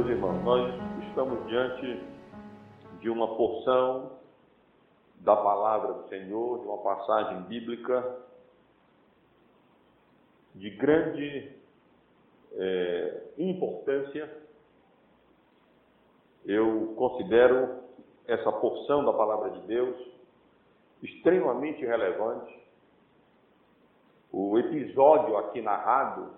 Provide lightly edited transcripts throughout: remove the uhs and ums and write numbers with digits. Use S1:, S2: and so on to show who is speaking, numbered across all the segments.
S1: Meus irmãos, nós estamos diante de uma porção da palavra do Senhor, de uma passagem bíblica de grande importância. Eu considero essa porção da palavra de Deus extremamente relevante. O episódio aqui narrado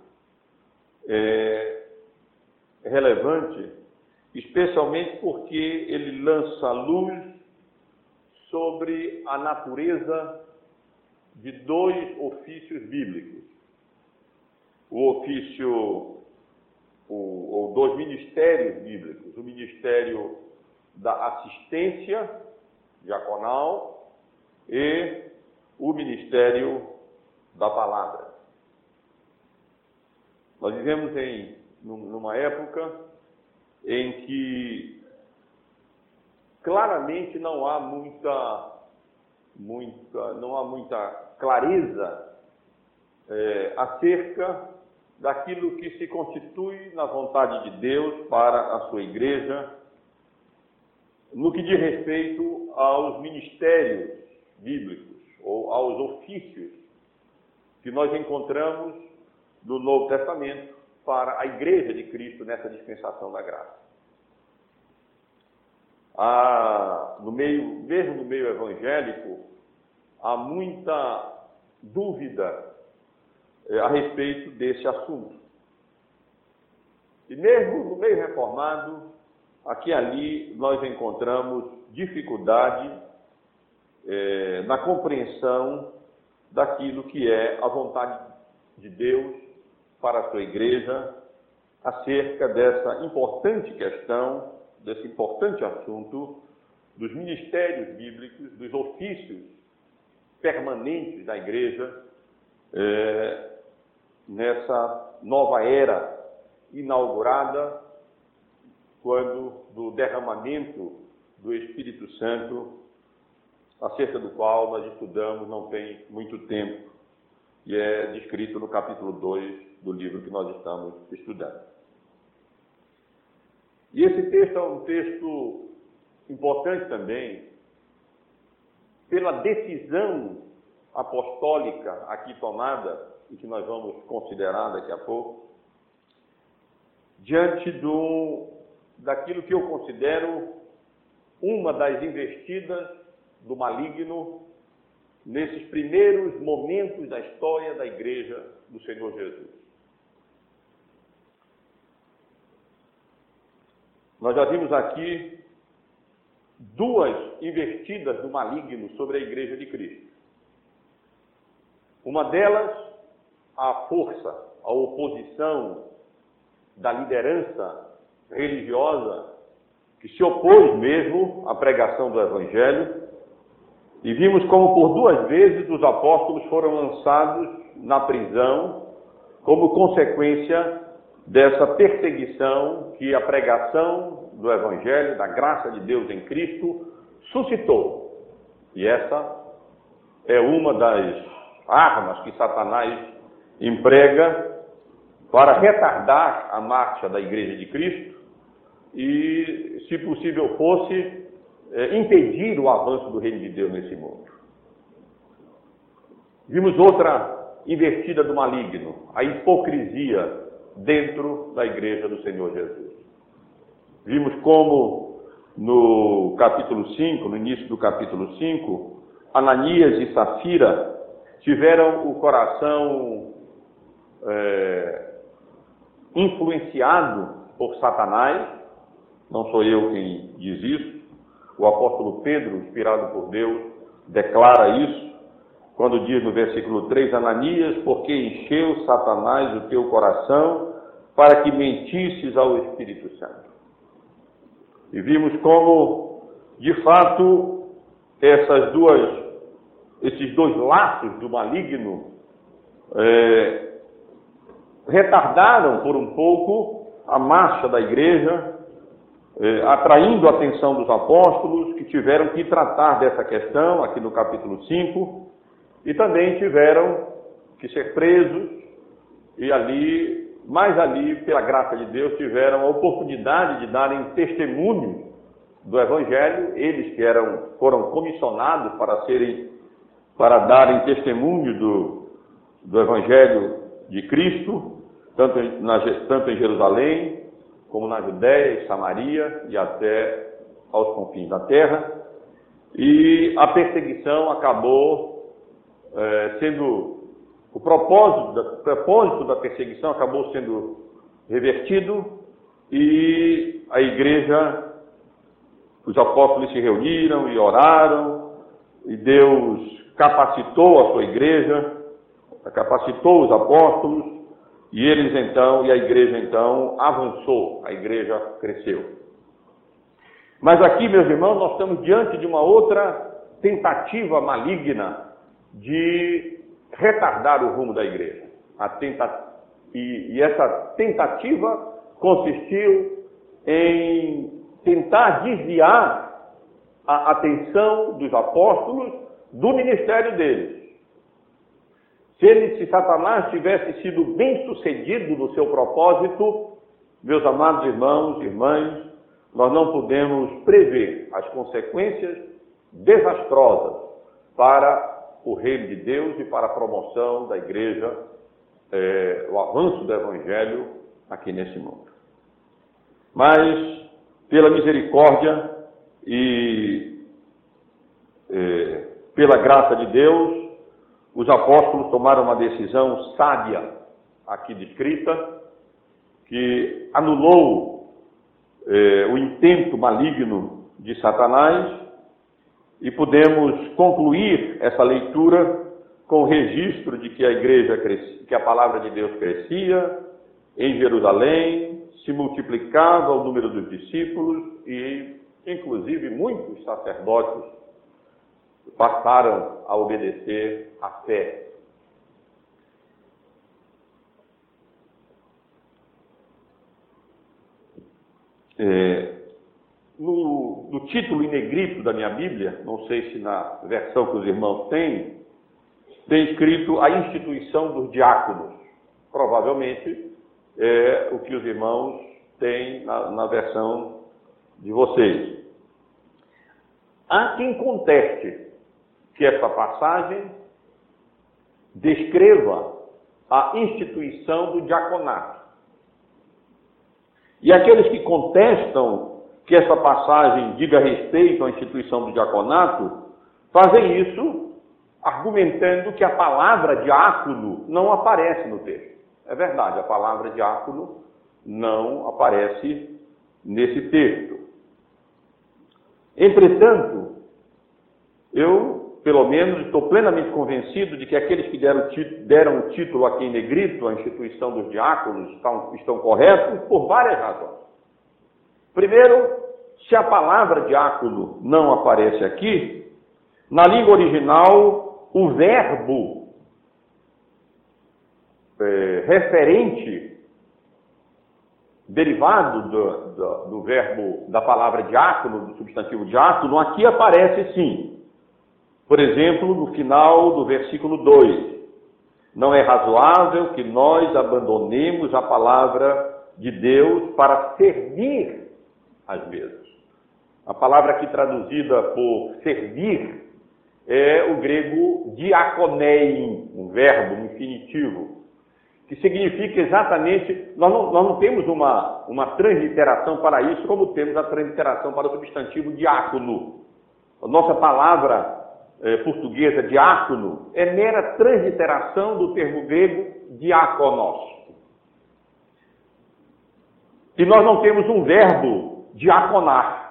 S1: é relevante, especialmente porque ele lança luz sobre a natureza de dois ofícios bíblicos. O ofício, ou dois ministérios bíblicos, o ministério da assistência diaconal e o ministério da palavra. Nós vivemos numa época em que claramente não há muita clareza acerca daquilo que se constitui na vontade de Deus para a sua igreja, no que diz respeito aos ministérios bíblicos ou aos ofícios que nós encontramos no Novo Testamento para a igreja de Cristo nessa dispensação da graça. Mesmo no meio evangélico, há muita dúvida a respeito desse assunto. E mesmo no meio reformado, aqui e ali nós encontramos dificuldade na compreensão daquilo que é a vontade de Deus para a sua igreja, acerca dessa importante questão, desse importante assunto dos ministérios bíblicos, dos ofícios permanentes da igreja, nessa nova era inaugurada quando do derramamento do Espírito Santo, acerca do qual nós estudamos não tem muito tempo, e é descrito no capítulo 2 do livro que nós estamos estudando. E esse texto é um texto importante também pela decisão apostólica aqui tomada, e que nós vamos considerar daqui a pouco, diante daquilo que eu considero uma das investidas do maligno nesses primeiros momentos da história da igreja do Senhor Jesus. Nós já vimos aqui duas investidas do maligno sobre a igreja de Cristo. Uma delas, a força, a oposição da liderança religiosa que se opôs mesmo à pregação do Evangelho. E vimos como por duas vezes os apóstolos foram lançados na prisão como consequência dessa perseguição que a pregação do Evangelho, da graça de Deus em Cristo, suscitou. E essa é uma das armas que Satanás emprega para retardar a marcha da igreja de Cristo e, se possível fosse, impedir o avanço do reino de Deus nesse mundo. Vimos outra investida do maligno, a hipocrisia dentro da igreja do Senhor Jesus. Vimos como no capítulo 5, no início do capítulo 5, Ananias e Safira tiveram o coração influenciado por Satanás. Não sou eu quem diz isso. O apóstolo Pedro, inspirado por Deus, declara isso, quando diz no versículo 3, Ananias, porque encheu Satanás o teu coração, para que mentisses ao Espírito Santo. E vimos como, de fato, esses dois laços do maligno retardaram por um pouco a marcha da igreja, atraindo a atenção dos apóstolos, que tiveram que tratar dessa questão, aqui no capítulo 5, e também tiveram que ser presos e ali mas ali, pela graça de Deus, tiveram a oportunidade de darem testemunho do Evangelho, eles que foram comissionados para darem testemunho do Evangelho de Cristo, tanto em Jerusalém, como na Judéia e Samaria e até aos confins da terra. E a perseguição acabou o propósito da perseguição acabou sendo revertido e a igreja, os apóstolos se reuniram e oraram e Deus capacitou a sua igreja, capacitou os apóstolos e a igreja então avançou, a igreja cresceu. Mas aqui, meus irmãos, nós estamos diante de uma outra tentativa maligna de retardar o rumo da igreja. E essa tentativa consistiu em tentar desviar a atenção dos apóstolos do ministério deles. Se Satanás tivesse sido bem sucedido no seu propósito, meus amados irmãos e irmãs, nós não podemos prever as consequências desastrosas para o reino de Deus e para a promoção da igreja, o avanço do evangelho aqui nesse mundo. Mas, pela misericórdia e pela graça de Deus, os apóstolos tomaram uma decisão sábia, aqui descrita, que anulou o intento maligno de Satanás, e podemos concluir essa leitura com o registro de que a igreja que a palavra de Deus crescia em Jerusalém, se multiplicava o número dos discípulos e, inclusive, muitos sacerdotes passaram a obedecer à fé. No título em negrito da minha Bíblia, não sei se na versão que os irmãos têm, tem escrito a instituição dos diáconos. Provavelmente é o que os irmãos têm na versão de vocês. Há quem conteste que essa passagem descreva a instituição do diaconato. E aqueles que contestam que essa passagem diga respeito à instituição do diaconato, fazem isso argumentando que a palavra diácono não aparece no texto. É verdade, a palavra diácono não aparece nesse texto. Entretanto, eu, pelo menos, estou plenamente convencido de que aqueles que deram o título aqui em negrito, a instituição dos diáconos, estão corretos por várias razões. Primeiro, se a palavra diácono não aparece aqui, na língua original, o verbo referente, derivado do verbo, da palavra diácono, do substantivo diácono, aqui aparece sim. Por exemplo, no final do versículo 2. Não é razoável que nós abandonemos a palavra de Deus para servir as mesas. A palavra aqui traduzida por servir é o grego diakonein, um verbo, um infinitivo, que significa exatamente, nós não temos uma transliteração para isso, como temos a transliteração para o substantivo diácono. A nossa palavra portuguesa diácono é mera transliteração do termo grego diákonos. E nós não temos um verbo diaconar.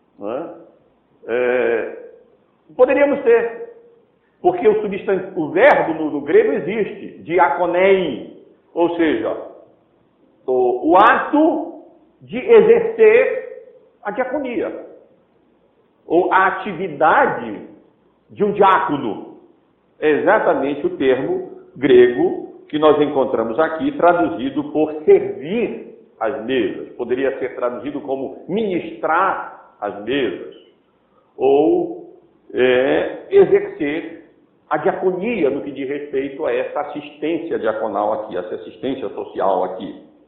S1: Poderíamos ter, porque o verbo no grego existe, diakonein, ou seja, o ato de exercer a diaconia, ou a atividade de um diácono. É exatamente o termo grego que nós encontramos aqui, traduzido por servir as mesas. Poderia ser traduzido como ministrar as mesas, ou exercer a diaconia no que diz respeito a essa assistência diaconal aqui, essa assistência social aqui.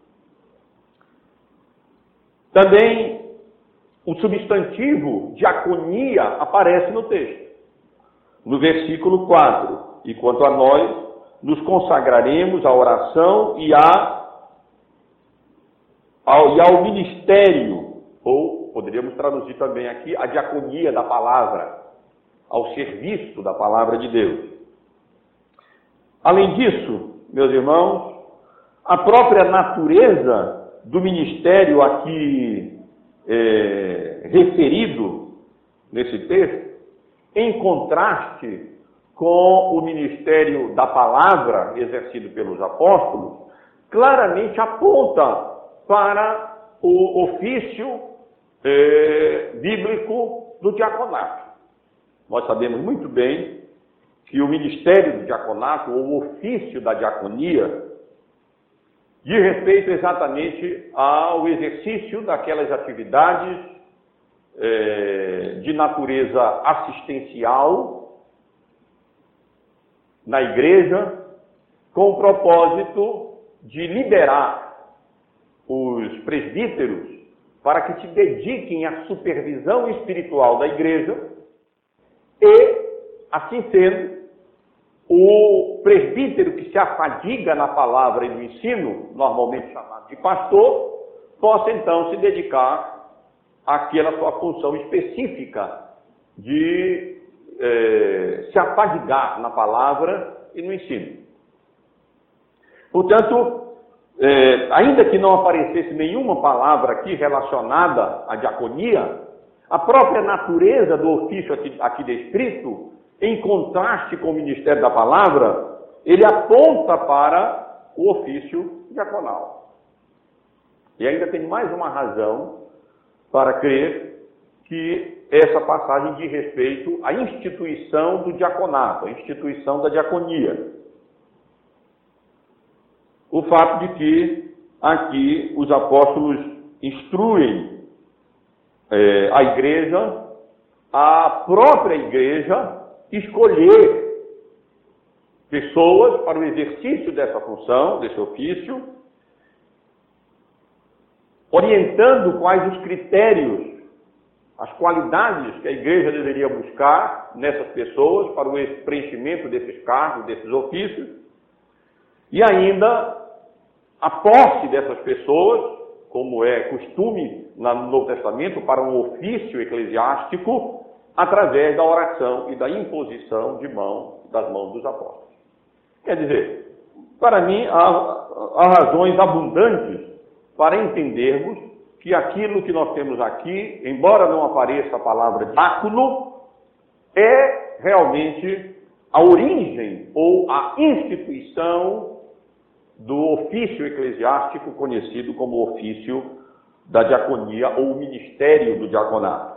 S1: Também o substantivo diaconia aparece no texto. No versículo 4, e quanto a nós, nos consagraremos à oração e ao ministério, ou poderíamos traduzir também aqui, a diaconia da palavra, ao serviço da palavra de Deus. Além disso, meus irmãos, a própria natureza do ministério aqui referido nesse texto, em contraste com o ministério da palavra exercido pelos apóstolos, claramente aponta para o ofício bíblico do diaconato. Nós sabemos muito bem que o ministério do diaconato, ou o ofício da diaconia, diz respeito exatamente ao exercício daquelas atividades de natureza assistencial na igreja, com o propósito de liberar os presbíteros para que se dediquem à supervisão espiritual da igreja e, assim sendo, o presbítero que se afadiga na palavra e no ensino, normalmente chamado de pastor, possa então se dedicar àquela sua função específica de se afadigar na palavra e no ensino. Portanto, ainda que não aparecesse nenhuma palavra aqui relacionada à diaconia, a própria natureza do ofício aqui descrito, em contraste com o ministério da palavra, ele aponta para o ofício diaconal. E ainda tem mais uma razão para crer que essa passagem diz respeito à instituição do diaconato, à instituição da diaconia. O fato de que aqui os apóstolos instruem a igreja, a própria igreja, escolher pessoas para o exercício dessa função, desse ofício, orientando quais os critérios, as qualidades que a igreja deveria buscar nessas pessoas para o preenchimento desses cargos, desses ofícios, e ainda a posse dessas pessoas, como é costume no Novo Testamento, para um ofício eclesiástico, através da oração e da imposição das mãos dos apóstolos. Quer dizer, para mim, há razões abundantes para entendermos que aquilo que nós temos aqui, embora não apareça a palavra diácono, é realmente a origem ou a instituição do ofício eclesiástico conhecido como ofício da diaconia ou o ministério do diaconato.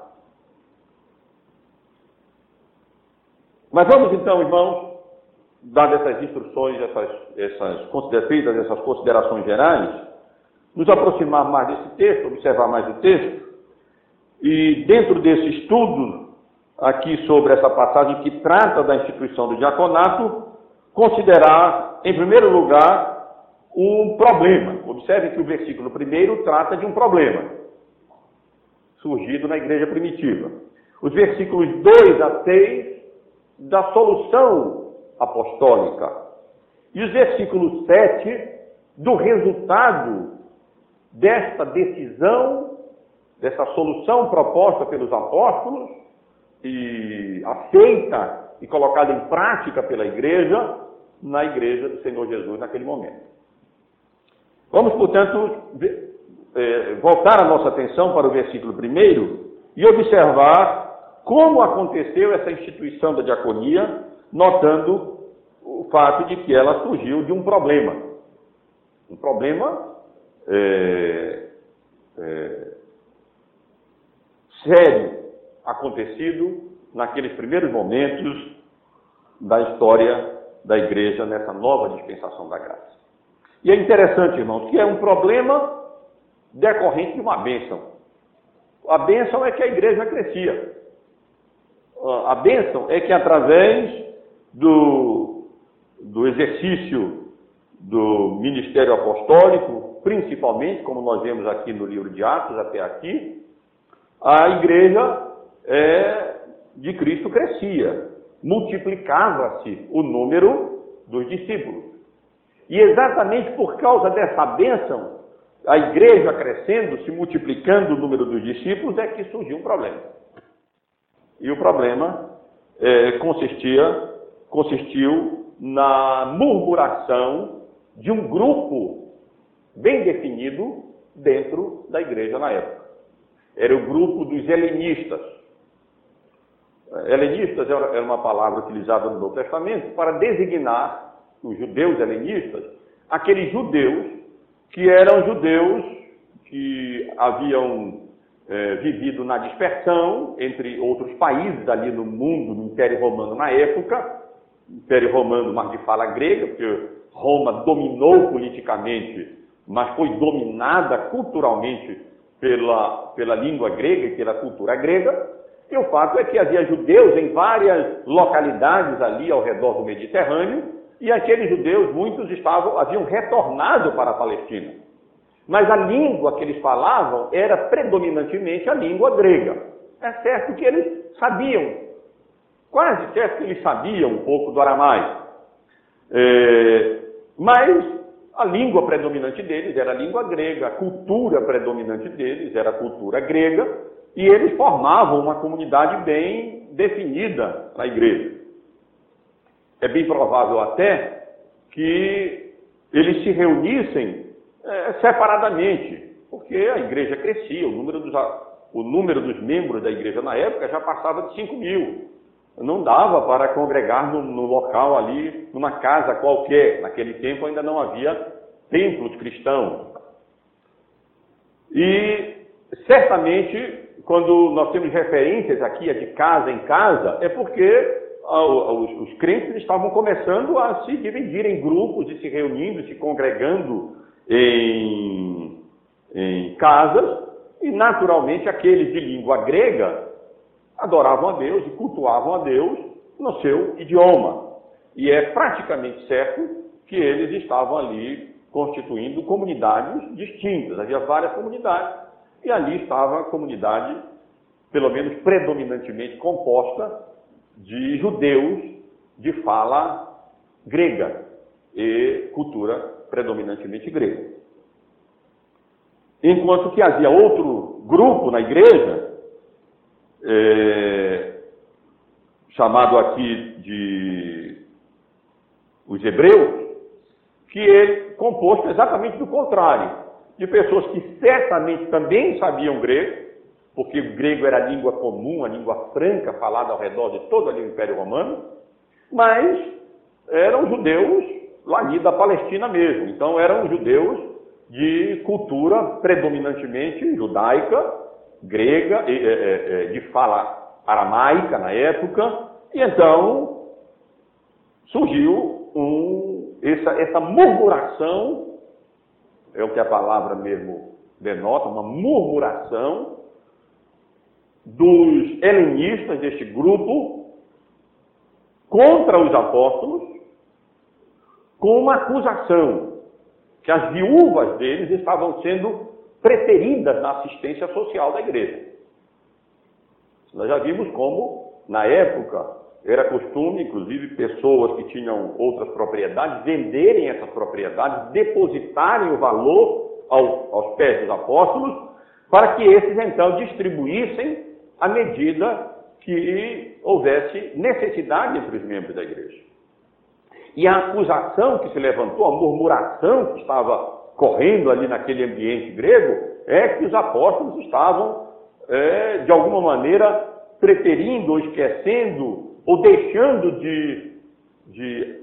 S1: Mas vamos então, irmãos, dadas essas instruções, essas considerações gerais, nos aproximar mais desse texto, observar mais o texto, e dentro desse estudo aqui sobre essa passagem que trata da instituição do diaconato, considerar, em primeiro lugar, um problema. Observe que o versículo 1 trata de um problema surgido na igreja primitiva. Os versículos 2 a 6 da solução apostólica. E os versículos 7 do resultado desta decisão, dessa solução proposta pelos apóstolos e aceita e colocada em prática pela igreja, na igreja do Senhor Jesus naquele momento. Vamos, portanto, voltar a nossa atenção para o versículo 1 e observar como aconteceu essa instituição da diaconia, notando o fato de que ela surgiu de um problema. Um problema sério acontecido naqueles primeiros momentos da história da igreja nessa nova dispensação da graça. E é interessante, irmãos, que é um problema decorrente de uma bênção. A bênção é que a igreja crescia. A bênção é que através do exercício do ministério apostólico, principalmente, como nós vemos aqui no livro de Atos, até aqui, a igreja de Cristo crescia, multiplicava-se o número dos discípulos. E exatamente por causa dessa bênção, a igreja crescendo, se multiplicando o número dos discípulos, é que surgiu um problema. E o problema consistiu na murmuração de um grupo bem definido dentro da igreja na época. Era o grupo dos helenistas. Helenistas era uma palavra utilizada no Novo Testamento para designar os judeus helenistas, aqueles judeus que eram judeus que haviam vivido na dispersão entre outros países ali no mundo, no Império Romano na época, Império Romano, mas de fala grega, porque Roma dominou politicamente, mas foi dominada culturalmente pela língua grega e pela cultura grega. E o fato é que havia judeus em várias localidades ali ao redor do Mediterrâneo, e aqueles judeus, muitos haviam retornado para a Palestina. Mas a língua que eles falavam era predominantemente a língua grega. É certo que eles sabiam, quase certo que eles sabiam um pouco do aramaico. Mas a língua predominante deles era a língua grega, a cultura predominante deles era a cultura grega, e eles formavam uma comunidade bem definida na igreja. É bem provável até que eles se reunissem separadamente, porque a igreja crescia, o número dos membros da igreja na época já passava de 5.000. Não dava para congregar no local ali, numa casa qualquer. Naquele tempo ainda não havia templos cristãos. E certamente, quando nós temos referências aqui de casa em casa, é porque os crentes estavam começando a se dividir em grupos e se reunindo, se congregando em casas, e naturalmente aqueles de língua grega adoravam a Deus e cultuavam a Deus no seu idioma. E é praticamente certo que eles estavam ali constituindo comunidades distintas. Havia várias comunidades, e ali estava a comunidade, pelo menos predominantemente composta de judeus de fala grega e cultura predominantemente grega. Enquanto que havia outro grupo na igreja, chamado aqui de os hebreus, que é composto exatamente do contrário, de pessoas que certamente também sabiam grego, porque o grego era a língua comum, a língua franca falada ao redor de todo ali o Império Romano, mas eram judeus lá ali da Palestina mesmo. Então eram judeus de cultura predominantemente judaica, grega, de fala aramaica na época, e então surgiu essa murmuração, é o que a palavra mesmo denota, uma murmuração dos helenistas, deste grupo, contra os apóstolos, com uma acusação que as viúvas deles estavam sendo preteridas na assistência social da igreja. Nós já vimos como, na época, era costume, inclusive, pessoas que tinham outras propriedades, venderem essas propriedades, depositarem o valor aos pés dos apóstolos, para que esses, então, distribuíssem à medida que houvesse necessidade entre os membros da igreja. E a acusação que se levantou, a murmuração que estava correndo ali naquele ambiente grego, é que os apóstolos estavam, de alguma maneira, preterindo ou esquecendo, ou deixando de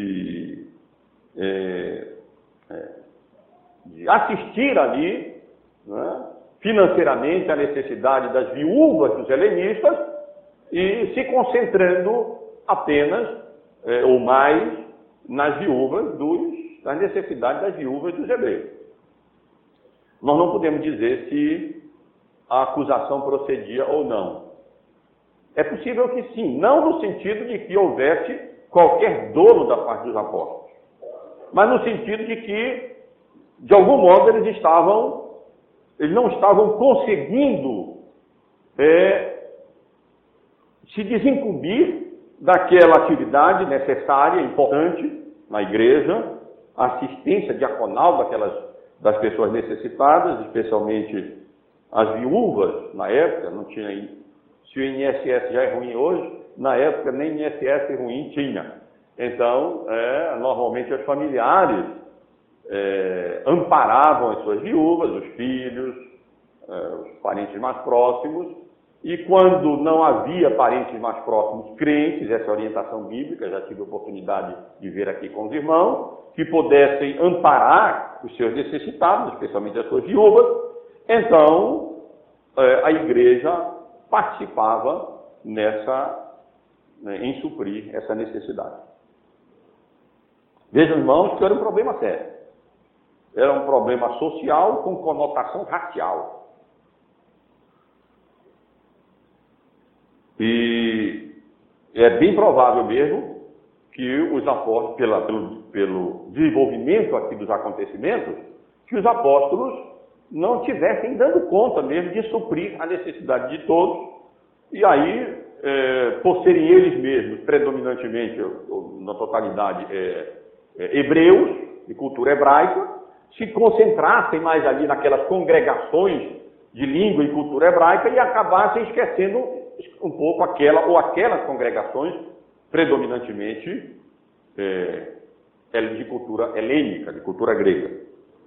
S1: assistir ali, né, financeiramente, à necessidade das viúvas dos helenistas e se concentrando apenas, ou mais, nas necessidades das viúvas dos hebreus. Nós não podemos dizer se a acusação procedia ou não. É possível que sim, não no sentido de que houvesse qualquer dolo da parte dos apóstolos, mas no sentido de que, de algum modo, eles não estavam conseguindo se desincumbir daquela atividade necessária, importante na igreja, a assistência diaconal das pessoas necessitadas, especialmente as viúvas, na época, não tinha, se o INSS já é ruim hoje, na época nem INSS ruim tinha. Então, normalmente os familiares amparavam as suas viúvas, os filhos, os parentes mais próximos, e quando não havia parentes mais próximos crentes, essa orientação bíblica, já tive a oportunidade de ver aqui com os irmãos, que pudessem amparar os seus necessitados, especialmente as suas viúvas, então a igreja participava em suprir essa necessidade. Vejam, irmãos, que era um problema sério. Era um problema social com conotação racial. E é bem provável mesmo que os apóstolos, pelo desenvolvimento aqui dos acontecimentos, que os apóstolos não tivessem dando conta mesmo de suprir a necessidade de todos. E aí, por serem eles mesmos, predominantemente, na totalidade, hebreus, de cultura hebraica, se concentrassem mais ali naquelas congregações de língua e cultura hebraica e acabassem esquecendo um pouco aquelas congregações predominantemente de cultura helênica, de cultura grega.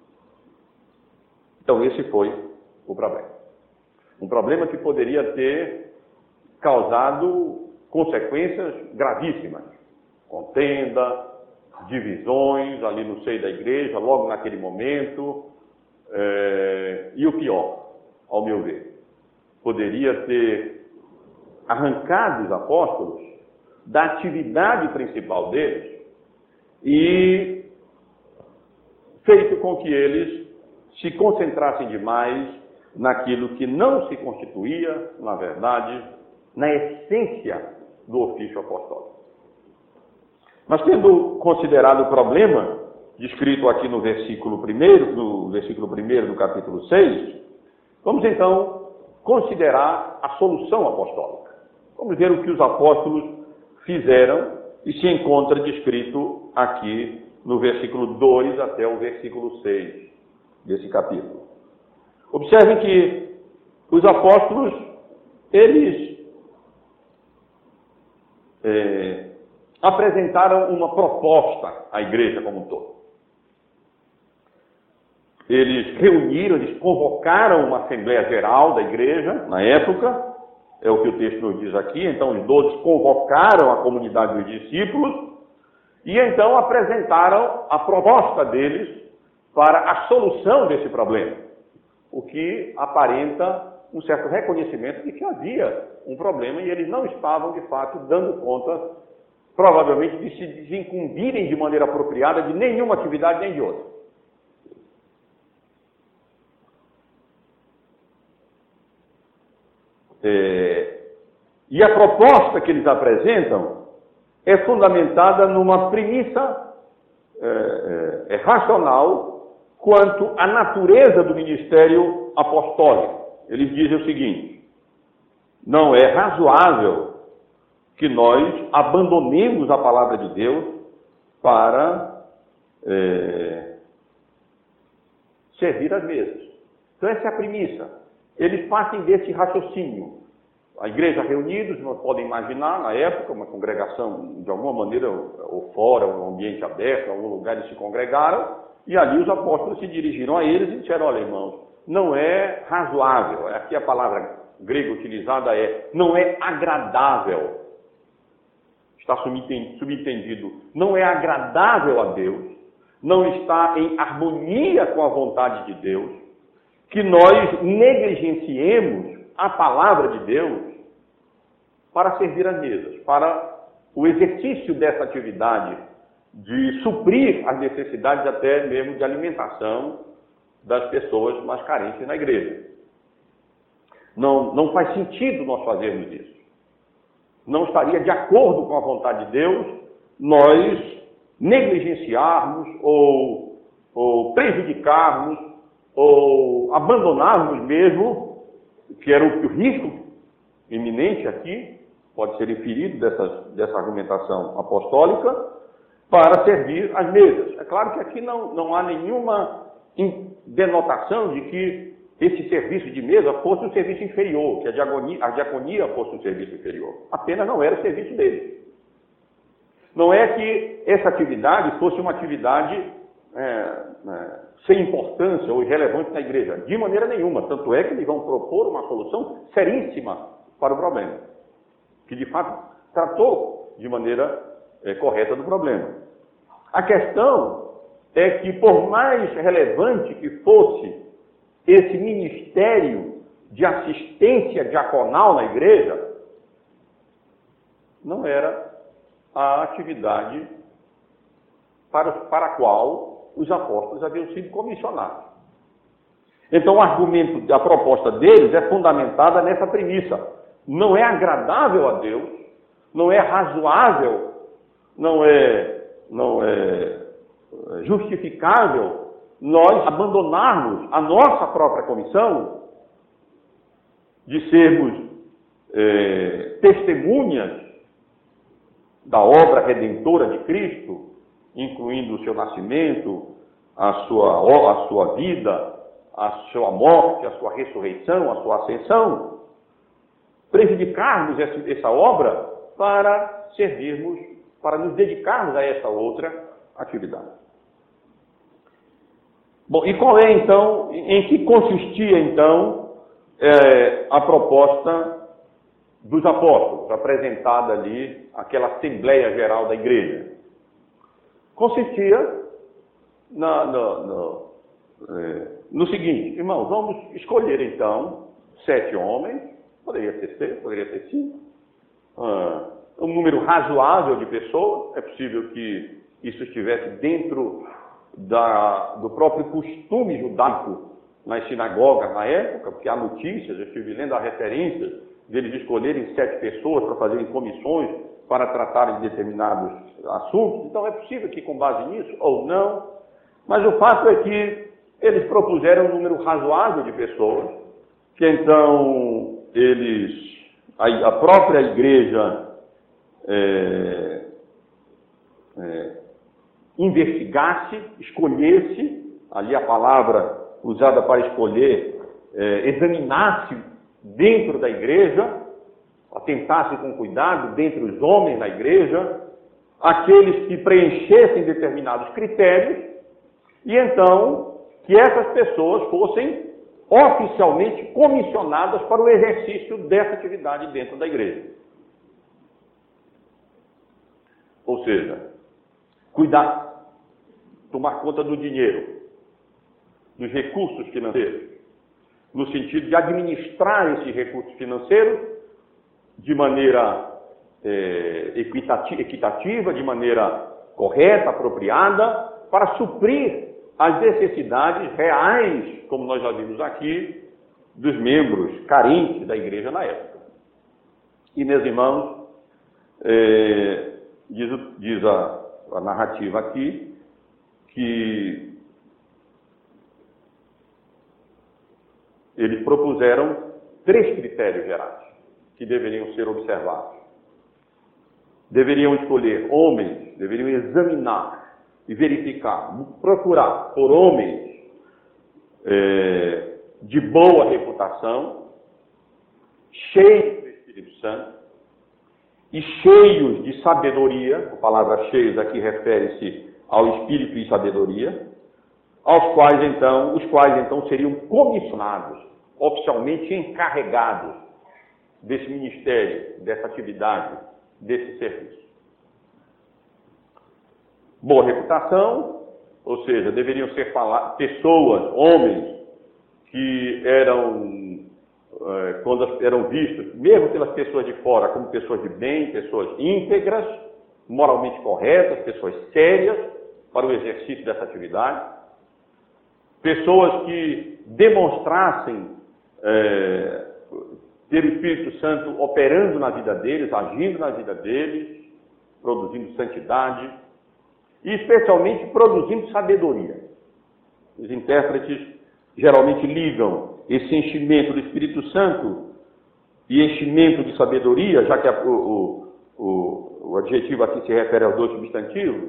S1: Então esse foi o problema. Um problema que poderia ter causado consequências gravíssimas. Contenda, divisões ali no seio da igreja, logo naquele momento. E o pior, ao meu ver, poderia ter arrancado os apóstolos da atividade principal deles e feito com que eles se concentrassem demais naquilo que não se constituía, na verdade, na essência do ofício apostólico. Mas tendo considerado o problema, descrito aqui no versículo 1 do capítulo 6, vamos então considerar a solução apostólica. Vamos ver o que os apóstolos fizeram e se encontra descrito aqui no versículo 2 até o versículo 6 desse capítulo. Observem que os apóstolos, eles apresentaram uma proposta à igreja como um todo. Eles reuniram, eles convocaram uma Assembleia Geral da igreja, na época, é o que o texto nos diz aqui. Então os 12 convocaram a comunidade dos discípulos e então apresentaram a proposta deles para a solução desse problema, o que aparenta um certo reconhecimento de que havia um problema e eles não estavam, de fato, dando conta, provavelmente, de se desincumbirem de maneira apropriada de nenhuma atividade nem de outra. E a proposta que eles apresentam é fundamentada numa premissa racional quanto à natureza do ministério apostólico. Eles dizem o seguinte: não é razoável que nós abandonemos a palavra de Deus para servir às mesas. Então essa é a premissa. Eles partem desse raciocínio. A igreja reunidos, nós podem imaginar, na época, uma congregação, de alguma maneira, ou fora, um ambiente aberto, em algum lugar eles se congregaram, e ali os apóstolos se dirigiram a eles e disseram: olha, irmãos, não é razoável, aqui a palavra grega utilizada não é agradável, está subentendido, não é agradável a Deus, não está em harmonia com a vontade de Deus, que nós negligenciemos a palavra de Deus para servir às mesas, para o exercício dessa atividade de suprir as necessidades até mesmo de alimentação das pessoas mais carentes na igreja. Não faz sentido nós fazermos isso. Não estaria de acordo com a vontade de Deus nós negligenciarmos ou prejudicarmos ou abandonarmos mesmo, que era o risco iminente aqui, pode ser inferido dessa argumentação apostólica, para servir as mesas. É claro que aqui não há nenhuma denotação de que esse serviço de mesa fosse um serviço inferior, que a diaconia fosse um serviço inferior. Apenas não era o serviço deles. Não é que essa atividade fosse uma atividade sem importância ou irrelevante na igreja. De maneira nenhuma. Tanto é que eles vão propor uma solução seríssima para o problema. Que, de fato, tratou de maneira correta do problema. A questão é que, por mais relevante que fosse esse ministério de assistência diaconal na igreja, não era a atividade para a qual os apóstolos haviam sido comissionados. Então, o argumento, a proposta deles é fundamentada nessa premissa. Não é agradável a Deus, não é razoável, não é justificável nós abandonarmos a nossa própria comissão de sermos testemunhas da obra redentora de Cristo, incluindo o seu nascimento, a sua vida, a sua morte, a sua ressurreição, a sua ascensão, prejudicarmos essa obra para servirmos, para nos dedicarmos a essa outra atividade. Bom, e qual é então, em que consistia então a proposta dos apóstolos, apresentada ali, aquela Assembleia Geral da Igreja? Consistia no seguinte: irmãos, vamos escolher então 7 homens, poderia ter 6, poderia ter 5, um número razoável de pessoas. É possível que isso estivesse dentro do próprio costume judaico nas sinagogas na época, porque há notícias, eu estive lendo a referências deles escolherem 7 pessoas para fazerem comissões para tratarem de determinados assuntos. Então é possível que com base nisso, ou não, mas o fato é que eles propuseram um número razoável de pessoas, que então a própria igreja investigasse, escolhesse, ali a palavra usada para escolher, examinasse dentro da igreja, atentasse com cuidado dentre os homens da igreja, aqueles que preenchessem determinados critérios, e então que essas pessoas fossem oficialmente comissionadas para o exercício dessa atividade dentro da igreja. Ou seja, cuidar, tomar conta do dinheiro, dos recursos financeiros, no sentido de administrar esses recursos financeiros de maneira equitativa, de maneira correta, apropriada, para suprir as necessidades reais, como nós já vimos aqui, dos membros carentes da igreja na época. E, meus irmãos, diz a narrativa aqui, que eles propuseram 3 critérios gerais que deveriam ser observados. Deveriam escolher homens, deveriam examinar e verificar, procurar por homens de boa reputação, cheios do Espírito Santo e cheios de sabedoria. A palavra cheios aqui refere-se ao Espírito e sabedoria, os quais então seriam comissionados, oficialmente encarregados desse ministério, dessa atividade, desse serviço. Boa reputação, ou seja, deveriam ser pessoas, homens, que quando eram vistos, mesmo pelas pessoas de fora, como pessoas de bem, pessoas íntegras, moralmente corretas, pessoas sérias para o exercício dessa atividade, pessoas que demonstrassem ter o Espírito Santo operando na vida deles, agindo na vida deles, produzindo santidade, e especialmente produzindo sabedoria. Os intérpretes geralmente ligam esse enchimento do Espírito Santo e enchimento de sabedoria, já que o adjetivo aqui se refere aos dois substantivos,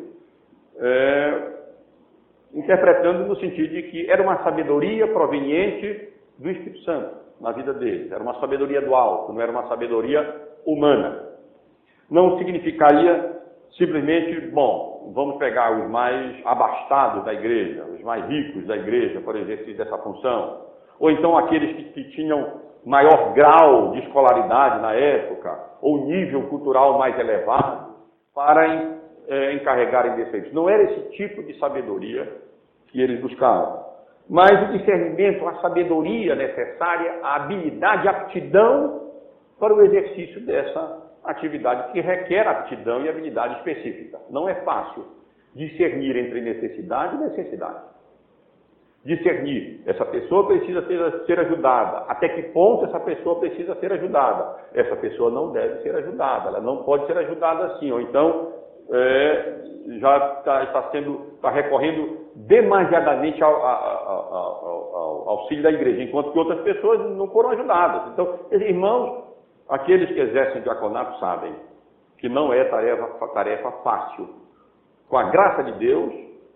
S1: interpretando no sentido de que era uma sabedoria proveniente do Espírito Santo na vida deles. Era uma sabedoria do alto, não era uma sabedoria humana. Não significaria simplesmente, bom, vamos pegar os mais abastados da igreja, os mais ricos da igreja para o exercício dessa função, ou então aqueles que tinham maior grau de escolaridade na época, ou nível cultural mais elevado, para encarregarem desse serviço. Não era esse tipo de sabedoria que eles buscavam, mas o discernimento, a sabedoria necessária, a habilidade, a aptidão para o exercício dessa atividade que requer aptidão e habilidade específica. Não é fácil discernir entre necessidade e necessidade. Discernir, essa pessoa precisa ser ajudada. Até que ponto essa pessoa precisa ser ajudada? Essa pessoa não deve ser ajudada, ela não pode ser ajudada assim. Ou então, já está recorrendo demasiadamente ao auxílio da igreja, enquanto que outras pessoas não foram ajudadas. Então, irmãos, aqueles que exercem o diaconato sabem que não é tarefa fácil. Com a graça de Deus,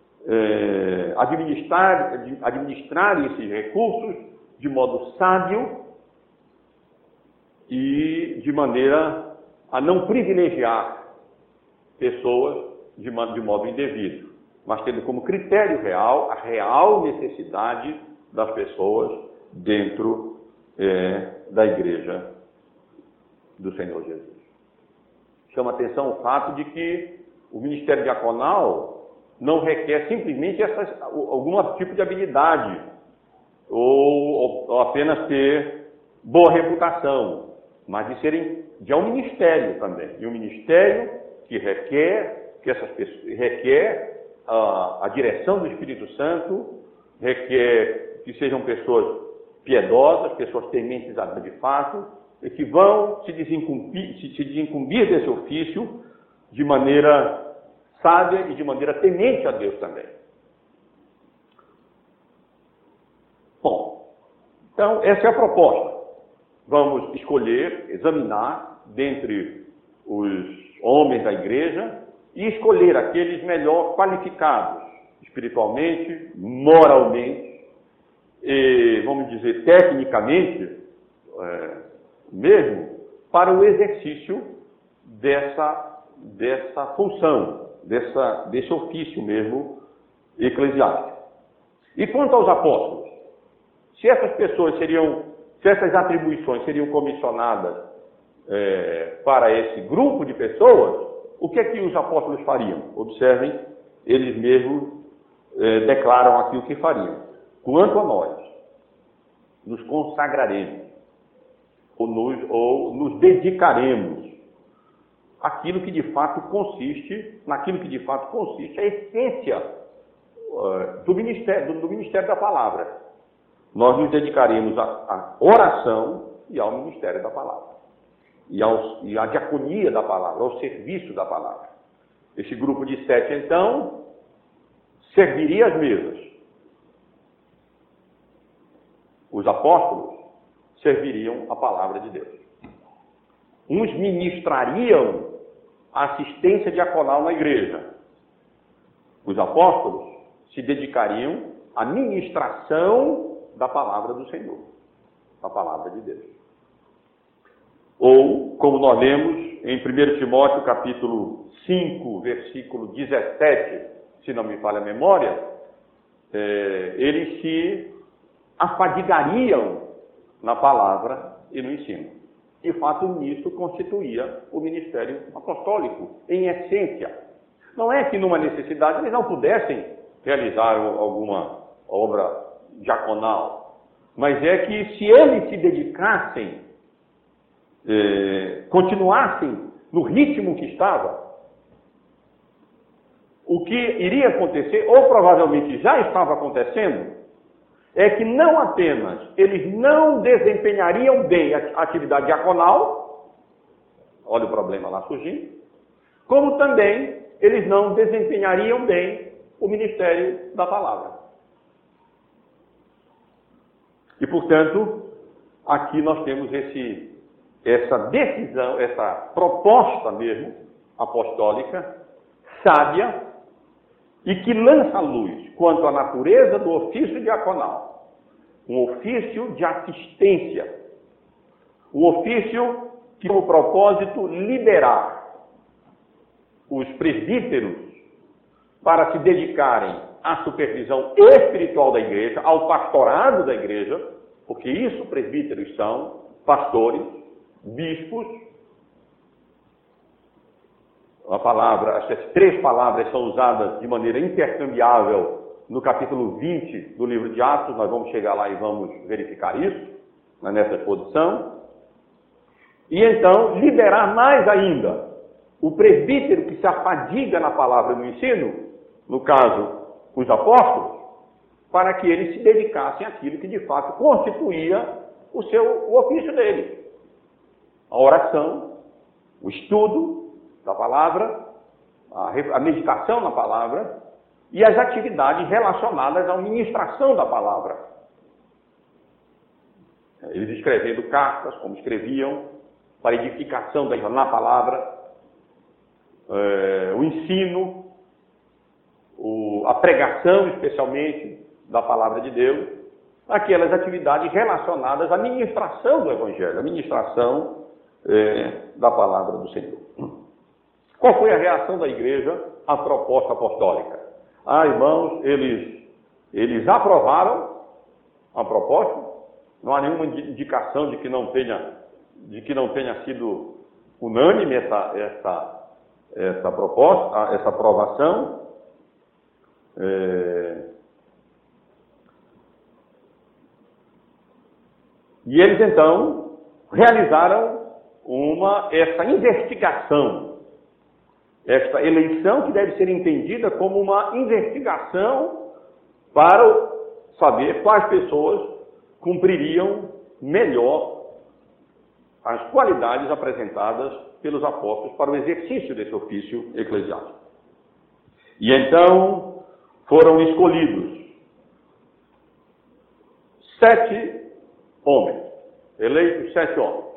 S1: administrar esses recursos de modo sábio e de maneira a não privilegiar pessoas de modo indevido, mas tendo como critério real a real necessidade das pessoas dentro da igreja do Senhor Jesus. Chama atenção o fato de que o ministério diaconal não requer simplesmente algum tipo de habilidade ou apenas ter boa reputação, mas de um ministério também. E um ministério que requer a direção do Espírito Santo, requer que sejam pessoas piedosas, pessoas tementes a Deus de fato, e que vão se desincumbir desse ofício de maneira sábia e de maneira temente a Deus também. Bom, então essa é a proposta. Vamos escolher, examinar dentre os homens da igreja e escolher aqueles melhor qualificados espiritualmente, moralmente, e, vamos dizer, tecnicamente, mesmo, para o exercício dessa função, desse ofício mesmo eclesiástico. E quanto aos apóstolos, se essas atribuições seriam comissionadas para esse grupo de pessoas, o que é que os apóstolos fariam? Observem, eles mesmos declaram aqui o que fariam. Quanto a nós, nos consagraremos, ou nos dedicaremos naquilo que de fato consiste a essência do ministério da palavra. Nós nos dedicaremos à oração e ao ministério da palavra. E à diaconia da palavra, ao serviço da palavra. Esse grupo de 7, então, serviria as mesas. Os apóstolos serviriam a palavra de Deus. Uns ministrariam a assistência diaconal na igreja. Os apóstolos se dedicariam à ministração da palavra do Senhor, a palavra de Deus. Ou, como nós lemos em 1 Timóteo capítulo 5, versículo 17, se não me falha a memória, eles se afadigariam na palavra e no ensino. De fato, nisso constituía o ministério apostólico, em essência. Não é que numa necessidade eles não pudessem realizar alguma obra diaconal, mas é que se eles se dedicassem, continuassem no ritmo que estava, o que iria acontecer, ou provavelmente já estava acontecendo, é que não apenas eles não desempenhariam bem a atividade diaconal, olha o problema lá surgindo, como também eles não desempenhariam bem o ministério da palavra. E, portanto, aqui nós temos essa decisão, essa proposta mesmo, apostólica, sábia, e que lança luz quanto à natureza do ofício diaconal. Um ofício de assistência. Um ofício que tem o propósito liberar os presbíteros para se dedicarem à supervisão espiritual da igreja, ao pastorado da igreja, porque isso presbíteros são, pastores, bispos. Essas três palavras são usadas de maneira intercambiável no capítulo 20 do livro de Atos. Nós vamos chegar lá e vamos verificar isso, nessa exposição. E então, liberar mais ainda o presbítero que se afadiga na palavra e no ensino, no caso, os apóstolos, para que eles se dedicassem àquilo que de fato constituía o ofício deles. A oração, o estudo da palavra, a meditação na palavra e as atividades relacionadas à administração da palavra. Eles escrevendo cartas, como escreviam, para edificação na palavra, o ensino, a pregação, especialmente, da palavra de Deus, aquelas atividades relacionadas à ministração do Evangelho, à ministração da palavra do Senhor. Qual foi a reação da igreja à proposta apostólica? Irmãos, eles aprovaram a proposta, não há nenhuma indicação de que não tenha sido unânime essa proposta, essa aprovação. E eles então realizaram essa investigação, esta eleição que deve ser entendida como uma investigação para saber quais pessoas cumpririam melhor as qualidades apresentadas pelos apóstolos para o exercício desse ofício eclesiástico. E então foram escolhidos 7 homens, eleitos 7 homens.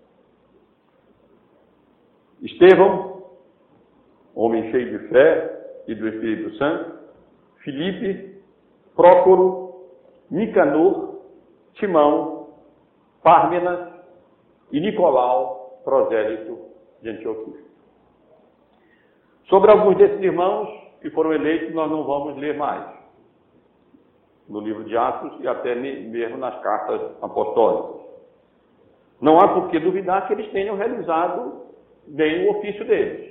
S1: Estevão, homem cheio de fé e do Espírito Santo, Filipe, Prócoro, Nicanor, Timão, Pármenas e Nicolau, prosélito de Antioquia. Sobre alguns desses irmãos que foram eleitos, nós não vamos ler mais no livro de Atos e até mesmo nas cartas apostólicas. Não há por que duvidar que eles tenham realizado bem o ofício deles.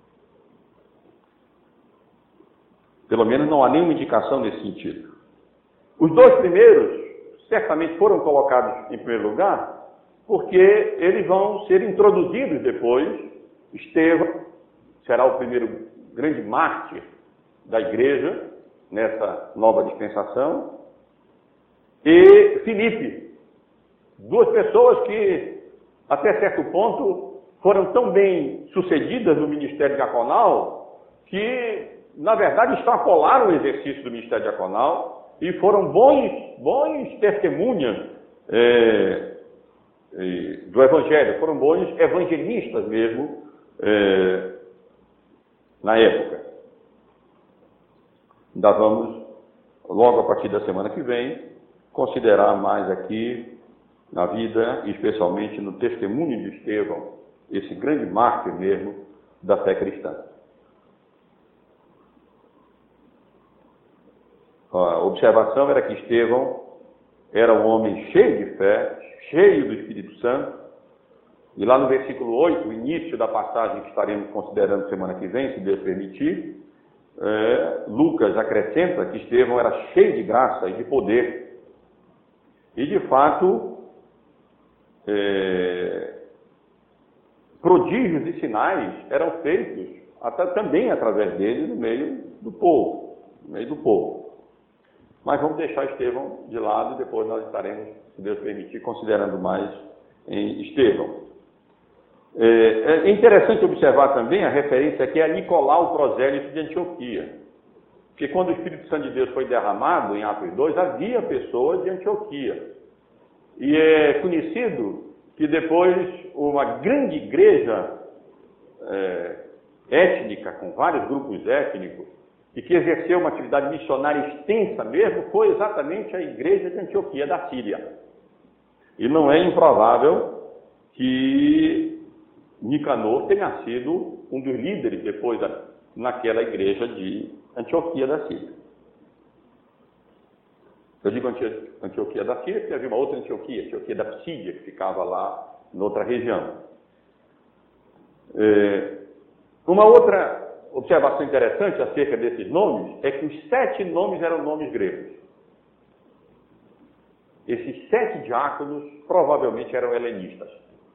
S1: Pelo menos não há nenhuma indicação nesse sentido. Os 2 primeiros certamente foram colocados em primeiro lugar porque eles vão ser introduzidos depois. Estevão será o primeiro grande mártir da igreja nessa nova dispensação. E Filipe, 2 pessoas que até certo ponto foram tão bem sucedidas no ministério diaconal que, na verdade, extrapolaram o exercício do ministério diaconal e foram bons testemunhas do Evangelho, foram bons evangelistas mesmo na época. Ainda vamos, logo a partir da semana que vem, considerar mais aqui na vida, e especialmente no testemunho de Estevão, esse grande mártir mesmo da fé cristã. A observação era que Estevão era um homem cheio de fé, cheio do Espírito Santo, e lá no versículo 8, o início da passagem que estaremos considerando semana que vem, se Deus permitir, Lucas acrescenta que Estevão era cheio de graça e de poder. E, de fato, prodígios e sinais eram feitos também através dele no meio do povo. Mas vamos deixar Estevão de lado e depois nós estaremos, se Deus permitir, considerando mais em Estevão. É interessante observar também a referência aqui a Nicolau, o prosélito de Antioquia. Porque quando o Espírito Santo de Deus foi derramado, em Atos 2, havia pessoas de Antioquia. E é conhecido que depois uma grande igreja étnica, com vários grupos étnicos, e que exerceu uma atividade missionária extensa mesmo, foi exatamente a igreja de Antioquia da Síria. E não é improvável que Nicanor tenha sido um dos líderes depois naquela igreja de Antioquia da Síria. Eu digo Antioquia da Síria porque havia uma outra Antioquia, Antioquia da Psídia, que ficava lá em outra região. Uma outra observação interessante acerca desses nomes é que os 7 nomes eram nomes gregos. Esses 7 diáconos provavelmente eram helenistas.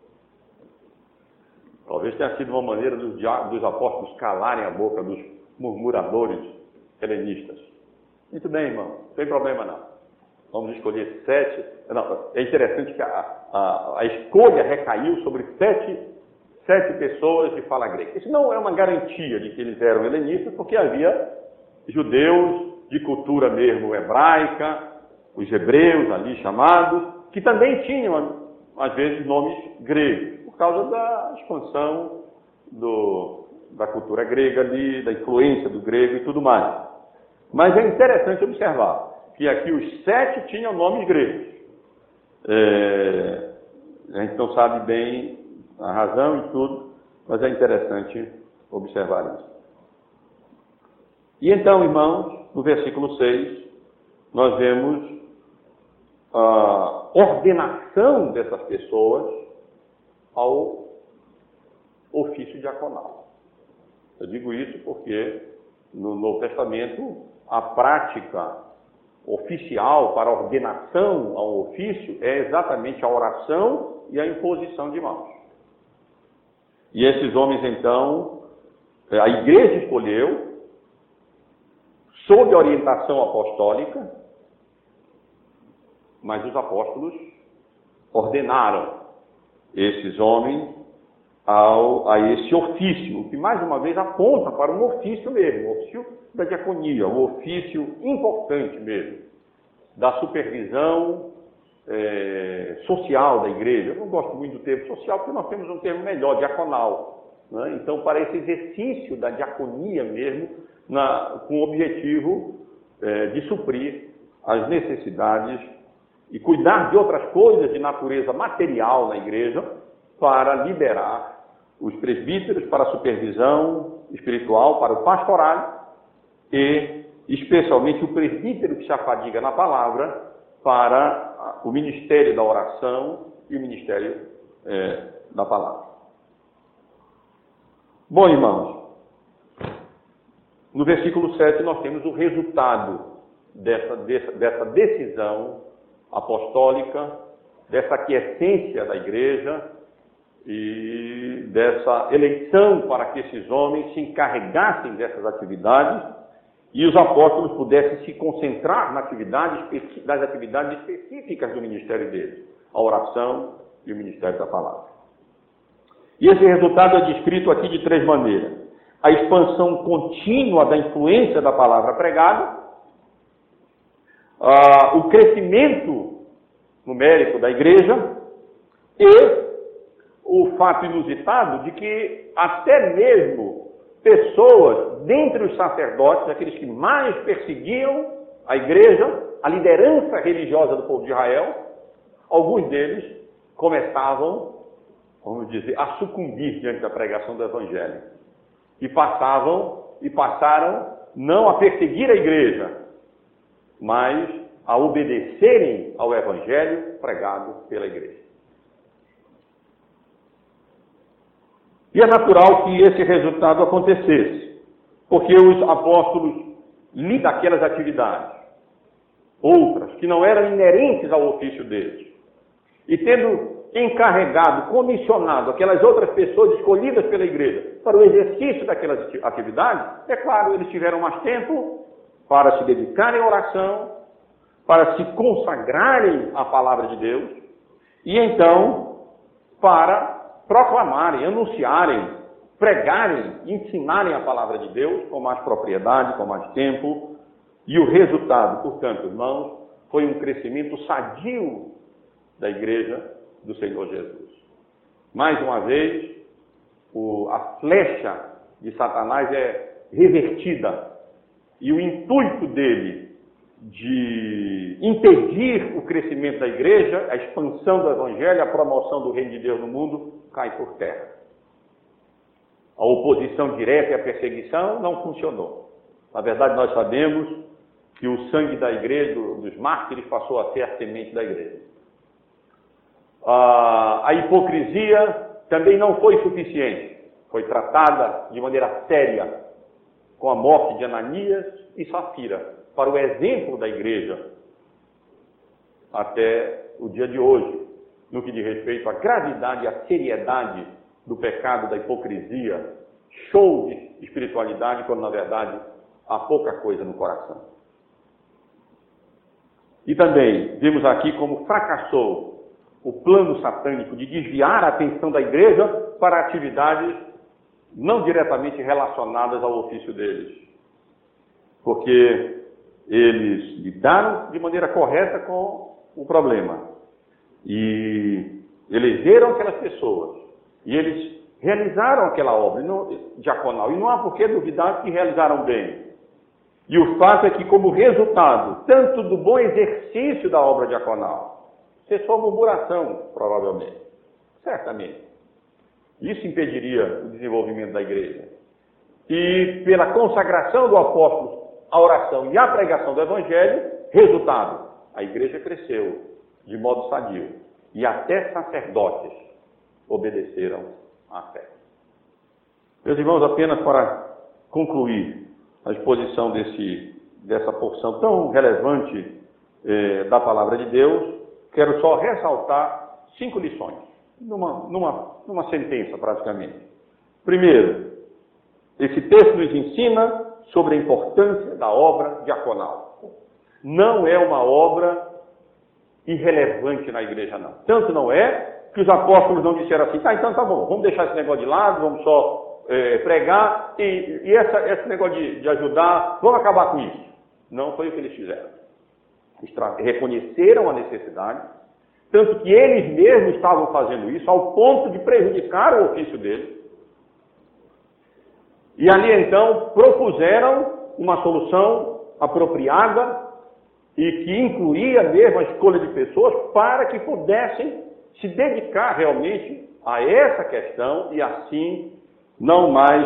S1: Talvez tenha sido uma maneira dos apóstolos calarem a boca dos murmuradores helenistas. Muito bem, irmão, não tem problema não. Vamos escolher 7. Não, é interessante que a escolha recaiu sobre 7 pessoas de fala grega. Isso não é uma garantia de que eles eram helenistas, porque havia judeus de cultura mesmo hebraica, os hebreus ali chamados, que também tinham, às vezes, nomes gregos, por causa da expansão da cultura grega ali, da influência do grego e tudo mais. Mas é interessante observar que aqui os 7 tinham nomes gregos. A gente não sabe bem a razão e tudo, mas é interessante observar isso. E então, irmãos, no versículo 6, nós vemos a ordenação dessas pessoas ao ofício diaconal. Eu digo isso porque no Novo Testamento a prática oficial para a ordenação ao ofício é exatamente a oração e a imposição de mãos. E esses homens, então, a igreja escolheu, sob orientação apostólica, mas os apóstolos ordenaram esses homens a esse ofício, o que mais uma vez aponta para um ofício mesmo, o ofício da diaconia, um ofício importante mesmo, da supervisão social da igreja. Eu não gosto muito do termo social, porque nós temos um termo melhor, diaconal. Né? Então, para esse exercício da diaconia mesmo, com o objetivo de suprir as necessidades e cuidar de outras coisas de natureza material na igreja, para liberar os presbíteros para a supervisão espiritual, para o pastorado, e especialmente o presbítero que se afadiga na palavra, para o ministério da oração e o ministério da palavra. Bom, irmãos, no versículo 7 nós temos o resultado dessa decisão apostólica, dessa aquiescência da igreja e dessa eleição para que esses homens se encarregassem dessas atividades e os apóstolos pudessem se concentrar nas atividades específicas do ministério deles, a oração e o ministério da palavra. E esse resultado é descrito aqui de 3 maneiras. A expansão contínua da influência da palavra pregada, o crescimento numérico da igreja e o fato inusitado de que até mesmo pessoas dentre os sacerdotes, aqueles que mais perseguiam a igreja, a liderança religiosa do povo de Israel, alguns deles começavam, vamos dizer, a sucumbir diante da pregação do Evangelho. E passaram não a perseguir a igreja, mas a obedecerem ao Evangelho pregado pela igreja. E é natural que esse resultado acontecesse, porque os apóstolos lidam daquelas atividades, outras, que não eram inerentes ao ofício deles, e tendo encarregado, comissionado aquelas outras pessoas escolhidas pela igreja para o exercício daquelas atividades, é claro, eles tiveram mais tempo para se dedicarem à oração, para se consagrarem à palavra de Deus, e então para proclamarem, anunciarem, pregarem, ensinarem a palavra de Deus com mais propriedade, com mais tempo. E o resultado, portanto, irmãos, foi um crescimento sadio da igreja do Senhor Jesus. Mais uma vez, a flecha de Satanás é revertida e o intuito dele de impedir o crescimento da igreja, a expansão do evangelho, a promoção do reino de Deus no mundo, cai por terra. A oposição direta e a perseguição não funcionou. Na verdade, nós sabemos que o sangue da igreja, dos mártires, passou a ser a semente da igreja. A hipocrisia também não foi suficiente. Foi tratada de maneira séria com a morte de Ananias e Safira, para o exemplo da igreja até o dia de hoje, no que diz respeito à gravidade e à seriedade do pecado da hipocrisia, show de espiritualidade, quando na verdade há pouca coisa no coração. E também vemos aqui como fracassou o plano satânico de desviar a atenção da igreja para atividades não diretamente relacionadas ao ofício deles. Porque eles lidaram de maneira correta com o problema. E elegeram aquelas pessoas. E eles realizaram aquela obra diaconal. E não há por que duvidar que realizaram bem. E o fato é que, como resultado, tanto do bom exercício da obra diaconal, cessou a murmuração, provavelmente. Certamente. Isso impediria o desenvolvimento da igreja. E pela consagração do apóstolo à oração e à pregação do evangelho, resultado, a igreja cresceu de modo sadio. E até sacerdotes obedeceram à fé. Meus irmãos, apenas para concluir a exposição dessa porção tão relevante da palavra de Deus, quero só ressaltar 5 lições, numa sentença praticamente. Primeiro, esse texto nos ensina sobre a importância da obra diaconal. Não é uma obra irrelevante na igreja, não. Tanto não é que os apóstolos não disseram assim, então tá bom, vamos deixar esse negócio de lado, vamos só pregar, e esse negócio de ajudar, vamos acabar com isso. Não foi o que eles fizeram. Eles reconheceram a necessidade, tanto que eles mesmos estavam fazendo isso, ao ponto de prejudicar o ofício deles. E ali então propuseram uma solução apropriada e que incluía mesmo a escolha de pessoas para que pudessem se dedicar realmente a essa questão e assim não mais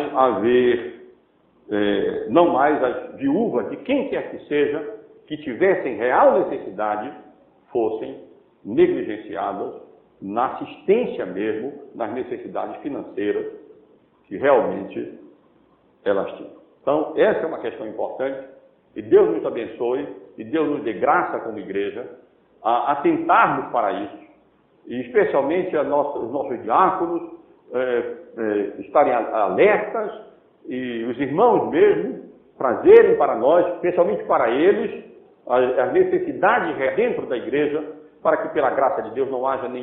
S1: as viúvas de quem quer que seja que tivessem real necessidade fossem negligenciadas na assistência mesmo nas necessidades financeiras que realmente elas tinham. Então, essa é uma questão importante e Deus nos abençoe e Deus nos dê graça como igreja a atentarmos para isso e especialmente os nossos diáconos estarem alertas e os irmãos mesmo trazerem para nós, especialmente para eles, as necessidades dentro da igreja, para que pela graça de Deus não haja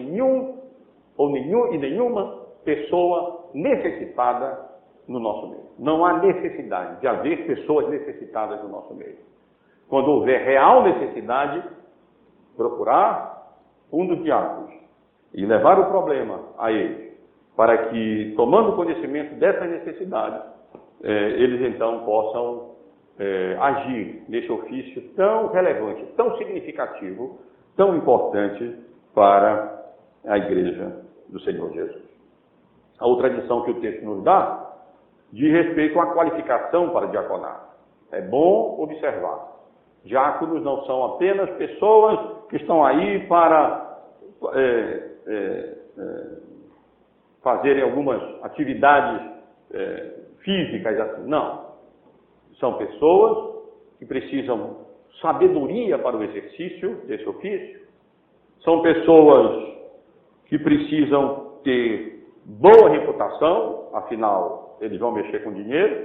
S1: nenhuma pessoa necessitada no nosso meio. Não há necessidade de haver pessoas necessitadas no nosso meio. Quando houver real necessidade, procurar um dos diáconos e levar o problema a eles, para que, tomando conhecimento dessa necessidade, eles então possam agir nesse ofício tão relevante, tão significativo, tão importante para a igreja do Senhor Jesus. A outra lição que o texto nos dá diz respeito à qualificação para diaconato. É bom observar. Diáconos não são apenas pessoas que estão aí para fazerem algumas atividades físicas assim. Não. São pessoas que precisam sabedoria para o exercício desse ofício. São pessoas que precisam ter boa reputação, afinal, eles vão mexer com dinheiro.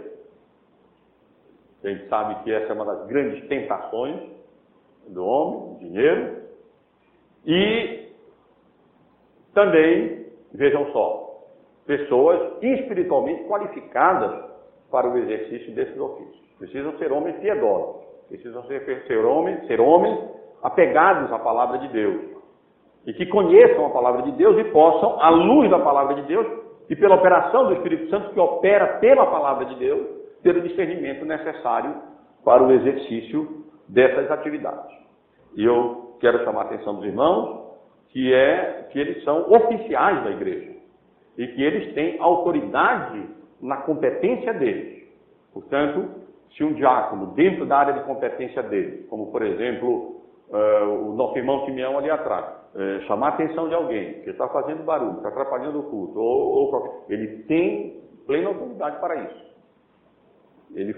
S1: A gente sabe que essa é uma das grandes tentações do homem, o dinheiro. E também, vejam só, pessoas espiritualmente qualificadas para o exercício desses ofícios. Precisam ser homens piedosos, precisam ser homens apegados à palavra de Deus, e que conheçam a palavra de Deus e possam, à luz da palavra de Deus, e pela operação do Espírito Santo, que opera pela palavra de Deus, ter o discernimento necessário para o exercício dessas atividades. E eu quero chamar a atenção dos irmãos que eles são oficiais da igreja e que eles têm autoridade na competência deles. Portanto, se um diácono, dentro da área de competência dele, como por exemplo o nosso irmão Simeão ali atrás, chamar a atenção de alguém que está fazendo barulho, está atrapalhando o culto, ele tem plena autoridade para isso. Ele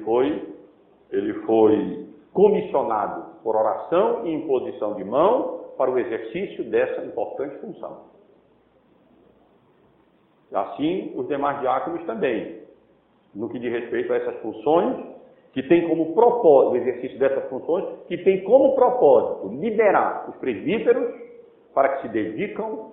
S1: foi comissionado por oração e imposição de mão para o exercício dessa importante função. Assim, os demais diáconos também, no que diz respeito a essas funções, que tem como propósito, o exercício dessas funções, que tem como propósito liberar os presbíteros para que se dediquem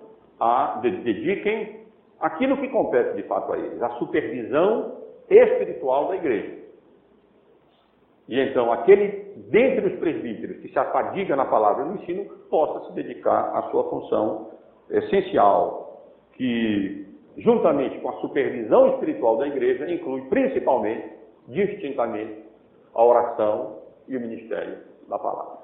S1: àquilo que compete de fato a eles, a supervisão espiritual da igreja. E então, aquele dentre os presbíteros que se afadiga na palavra e no ensino, possa se dedicar à sua função essencial, que, juntamente com a supervisão espiritual da igreja, inclui principalmente, distintamente, a oração e o ministério da palavra.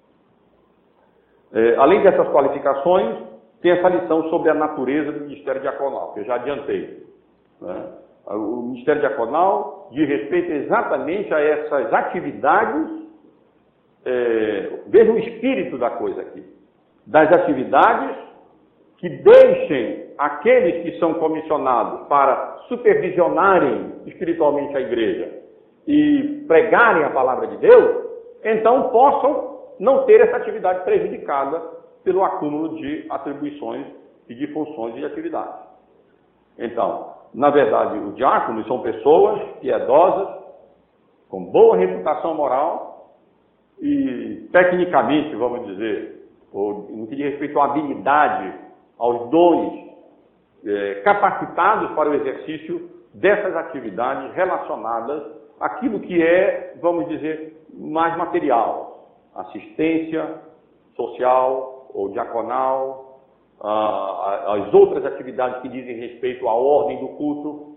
S1: Além dessas qualificações, tem essa lição sobre a natureza do ministério diaconal, que eu já adiantei, né? O ministério diaconal diz respeito exatamente a essas atividades, veja o espírito da coisa aqui, das atividades que deixem aqueles que são comissionados para supervisionarem espiritualmente a igreja e pregarem a palavra de Deus, então possam não ter essa atividade prejudicada pelo acúmulo de atribuições e de funções e de atividades. Então, na verdade, os diáconos são pessoas piedosas, com boa reputação moral e, tecnicamente, vamos dizer, no que diz respeito à habilidade, aos dons, capacitados para o exercício dessas atividades relacionadas àquilo que é, vamos dizer, mais material, assistência social ou diaconal, as outras atividades que dizem respeito à ordem do culto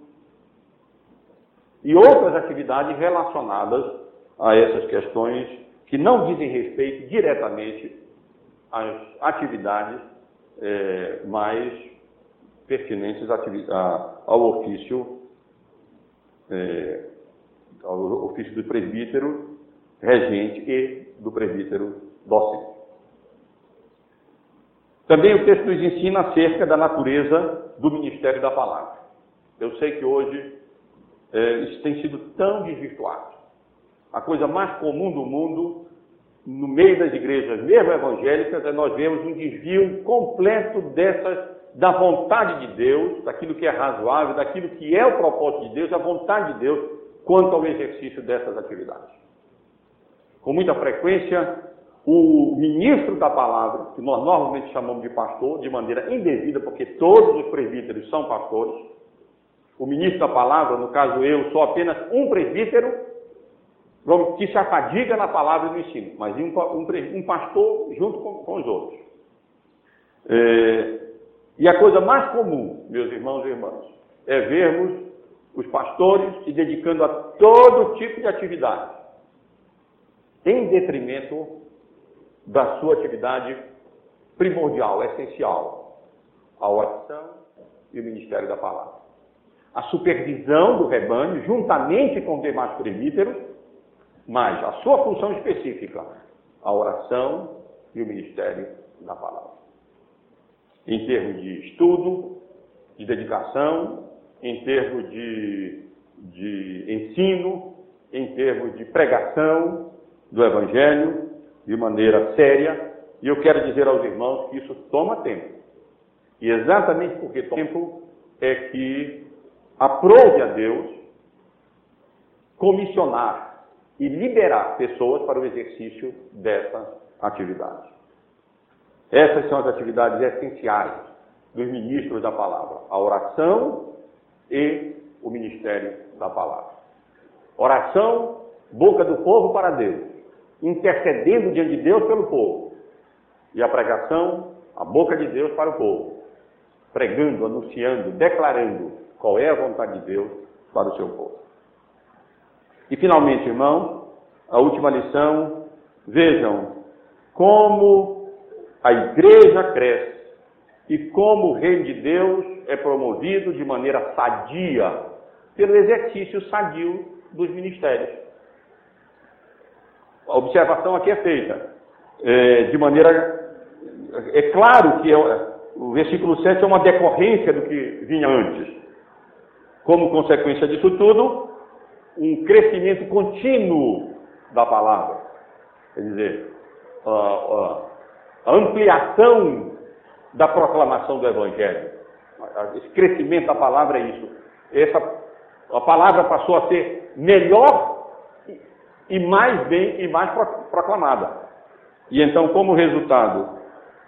S1: e outras atividades relacionadas a essas questões que não dizem respeito diretamente às atividades mais pertinentes ao ofício do presbítero regente e do presbítero docente. Também o texto nos ensina acerca da natureza do ministério da palavra. Eu sei que hoje isso tem sido tão desvirtuado. A coisa mais comum do mundo, no meio das igrejas, mesmo evangélicas, é nós vemos um desvio completo da vontade de Deus, daquilo que é razoável, daquilo que é o propósito de Deus, a vontade de Deus, quanto ao exercício dessas atividades. Com muita frequência, o ministro da palavra, que nós normalmente chamamos de pastor, de maneira indevida, porque todos os presbíteros são pastores, o ministro da palavra, no caso eu, sou apenas um presbítero, que se afadiga na palavra e no ensino, mas um pastor junto com os outros. E a coisa mais comum, meus irmãos e irmãs, é vermos os pastores se dedicando a todo tipo de atividade, em detrimento da sua atividade primordial, essencial, a oração e o ministério da palavra. A supervisão do rebanho, juntamente com os demais presbíteros, mas a sua função específica, a oração e o ministério da palavra. Em termos de estudo, de dedicação, em termos de ensino, em termos de pregação do Evangelho, de maneira séria, e eu quero dizer aos irmãos que isso toma tempo. E exatamente porque toma tempo é que aprove a Deus comissionar e liberar pessoas para o exercício dessa atividade. Essas são as atividades essenciais dos ministros da palavra: a oração e o ministério da palavra. Oração, boca do povo para Deus, intercedendo diante de Deus pelo povo. E a pregação, a boca de Deus para o povo, pregando, anunciando, declarando qual é a vontade de Deus para o seu povo. E finalmente, irmãos, a última lição, vejam como a igreja cresce e como o reino de Deus é promovido de maneira sadia, pelo exercício sadio dos ministérios. A observação aqui é feita de maneira... É claro que o versículo 7 é uma decorrência do que vinha antes. Como consequência disso tudo, um crescimento contínuo da palavra. Quer dizer, a ampliação da proclamação do Evangelho. Esse crescimento da palavra é isso. A palavra passou a ser melhor e mais bem e mais proclamada. E então, como resultado,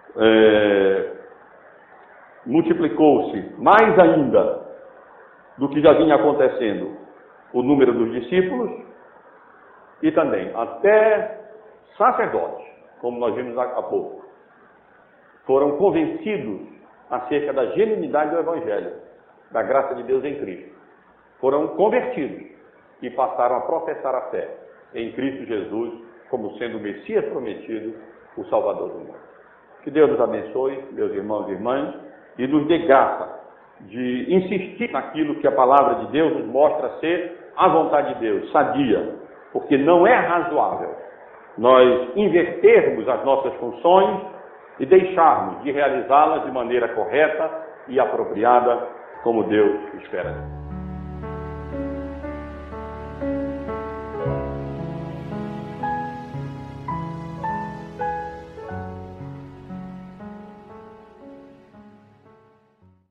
S1: multiplicou-se mais ainda do que já vinha acontecendo o número dos discípulos e também até sacerdotes, como nós vimos há pouco, foram convencidos acerca da genuinidade do Evangelho, da graça de Deus em Cristo. Foram convertidos e passaram a professar a fé em Cristo Jesus como sendo o Messias prometido, o Salvador do mundo. Que Deus nos abençoe, meus irmãos e irmãs, e nos dê graça de insistir naquilo que a palavra de Deus nos mostra ser a vontade de Deus, sadia, porque não é razoável nós invertermos as nossas funções e deixarmos de realizá-las de maneira correta e apropriada, como Deus espera.